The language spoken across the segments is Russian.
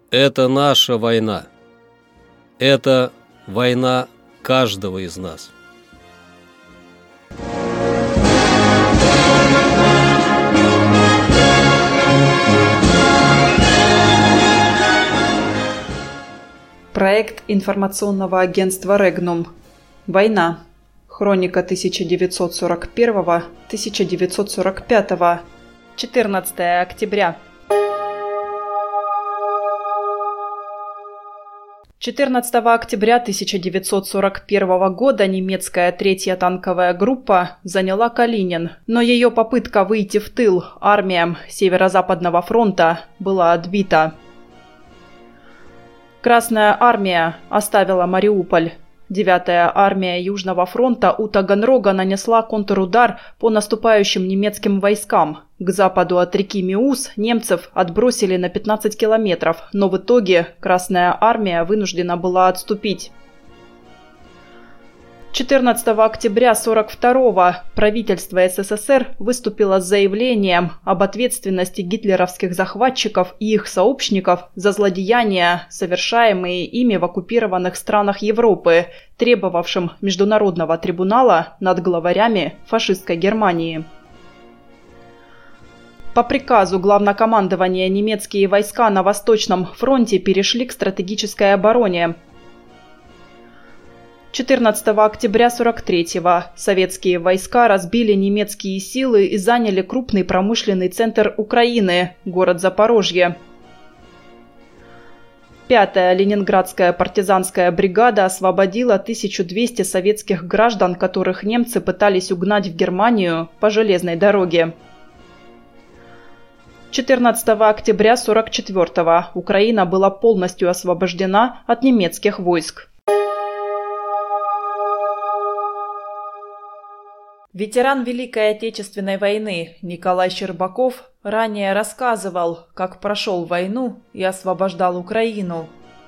Это наша война. Это война каждого из нас. Проект информационного агентства «Регнум». Война. Хроника 1941-1945. 14 октября. 14 октября 1941 года немецкая 3-я танковая группа заняла Калинин, но ее попытка выйти в тыл армиям Северо-Западного фронта была отбита. Красная армия оставила Мариуполь. 9-я армия Южного фронта у Таганрога нанесла контрудар по наступающим немецким войскам. К западу от реки Миус немцев отбросили на 15 километров, но в итоге Красная армия вынуждена была отступить. 14 октября 1942-го правительство СССР выступило с заявлением об ответственности гитлеровских захватчиков и их сообщников за злодеяния, совершаемые ими в оккупированных странах Европы, требовавшим международного трибунала над главарями фашистской Германии. По приказу главнокомандования немецкие войска на Восточном фронте перешли к стратегической обороне. 14 октября 1943-го советские войска разбили немецкие силы и заняли крупный промышленный центр Украины – город Запорожье. 5-я Ленинградская партизанская бригада освободила 1200 советских граждан, которых немцы пытались угнать в Германию по железной дороге. 14 октября 1944-го Украина была полностью освобождена от немецких войск. Ветеран Великой Отечественной войны Николай Щербаков ранее рассказывал, как прошел войну и освобождал Украину.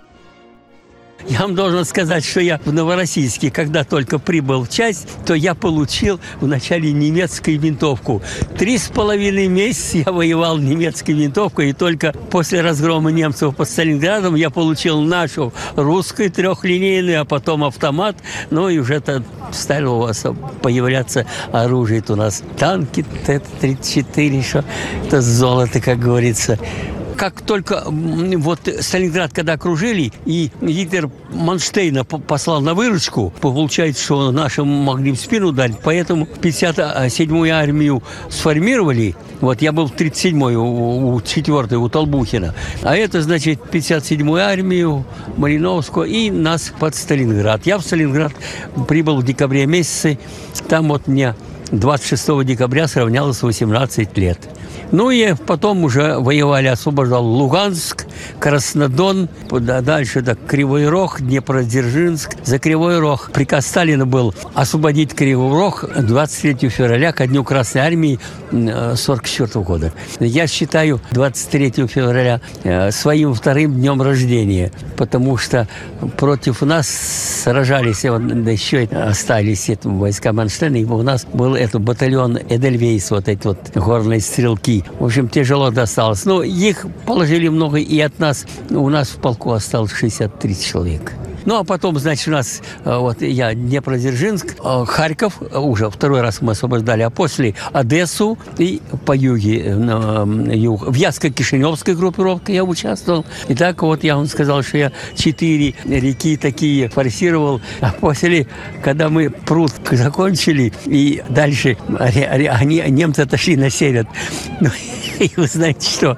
Я вам должен сказать, что я в Новороссийске, когда только прибыл в часть, то я получил вначале немецкую винтовку. 3,5 месяца я воевал немецкой винтовкой, и только после разгрома немцев под Сталинградом я получил нашу русскую трехлинейную, а потом автомат. Ну и уже стало у вас появляться оружие. Это у нас танки Т-34, что это золото, как говорится. Как только вот Сталинград, когда окружили, и Гитлер Манштейна послал на выручку, получается, что нашим могли в спину ударить, поэтому 57-ю армию сформировали. Вот я был в 37-й, у 4-й, у Толбухина. А это, значит, 57-ю армию, Малиновскую, и нас под Сталинград. Я в Сталинград прибыл в декабре месяце, там вот мне 26 декабря сравнялось 18 лет. Ну и потом уже воевали, освобождал Луганск, Краснодон, дальше Кривой Рог, Днепродзержинск. За Кривой Рог приказ Сталина был освободить Кривой Рог 23 февраля ко Дню Красной Армии 1944 года. Я считаю 23 февраля своим вторым днем рождения, потому что против нас сражались, да еще остались войска Манштейна, и у нас был этот батальон Эдельвейс, вот эти вот горные стрелки. В общем, тяжело досталось. Но их положили много, и от нас, у нас в полку осталось 63 человека. Ну, а потом, значит, у нас, вот я, Днепродзержинск, Харьков, уже второй раз мы освобождали, а после Одессу и по юге, на юг. В Вятско-Кишиневской группировке я участвовал. И так вот я вам сказал, что я 4 реки такие форсировал. А после, когда мы пруд закончили, и дальше немцы отошли на север. Ну, и вы знаете, что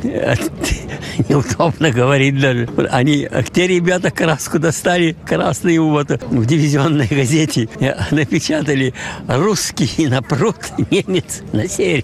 неудобно говорить даже. Те ребята краску достали, красную вот в дивизионной газете напечатали: русский на пруд, немец на север.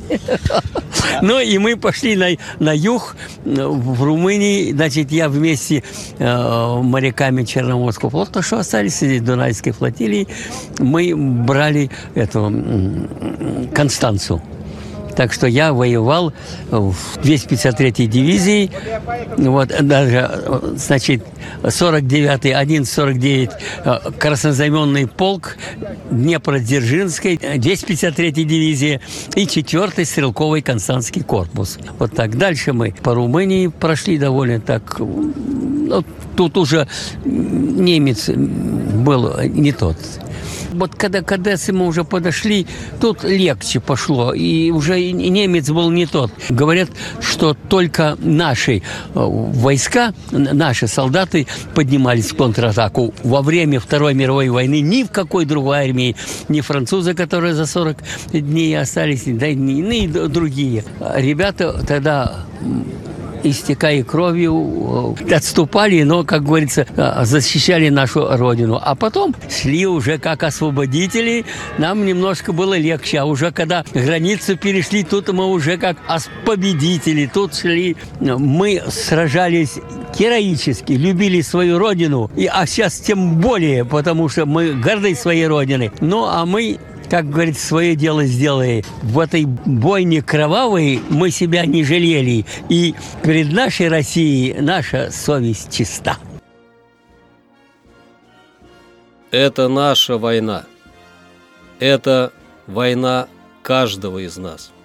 Ну и мы пошли на юг, в Румынии. Значит, я вместе моряками Черноморского флота, что остались из Дунайской флотилии, мы брали эту Констанцу. Так что я воевал в 253-й дивизии, вот, даже, значит, 49-й, 1149 краснознаменный полк Днепродзержинской, 253-й дивизии и 4-й стрелковый Константский корпус. Вот так. Дальше мы по Румынии прошли довольно так. Ну, тут уже немец был не тот. Вот когда к Одессе мы уже подошли, тут легче пошло, и уже и немец был не тот. Говорят, что только наши войска, наши солдаты поднимались в контратаку. Во время Второй мировой войны ни в какой другой армии, ни французы, которые за 40 дней остались, да, и другие. Ребята тогда, истекая кровью, отступали, но, как говорится, защищали нашу родину. А потом шли уже как освободители, нам немножко было легче. А уже когда границу перешли, тут мы уже как победители. Тут шли, мы сражались героически, любили свою родину. А сейчас тем более, потому что мы горды своей родиной. Ну, а мы, как говорится, свое дело сделали. В этой бойне кровавой мы себя не жалели. И перед нашей Россией наша совесть чиста. Это наша война. Это война каждого из нас.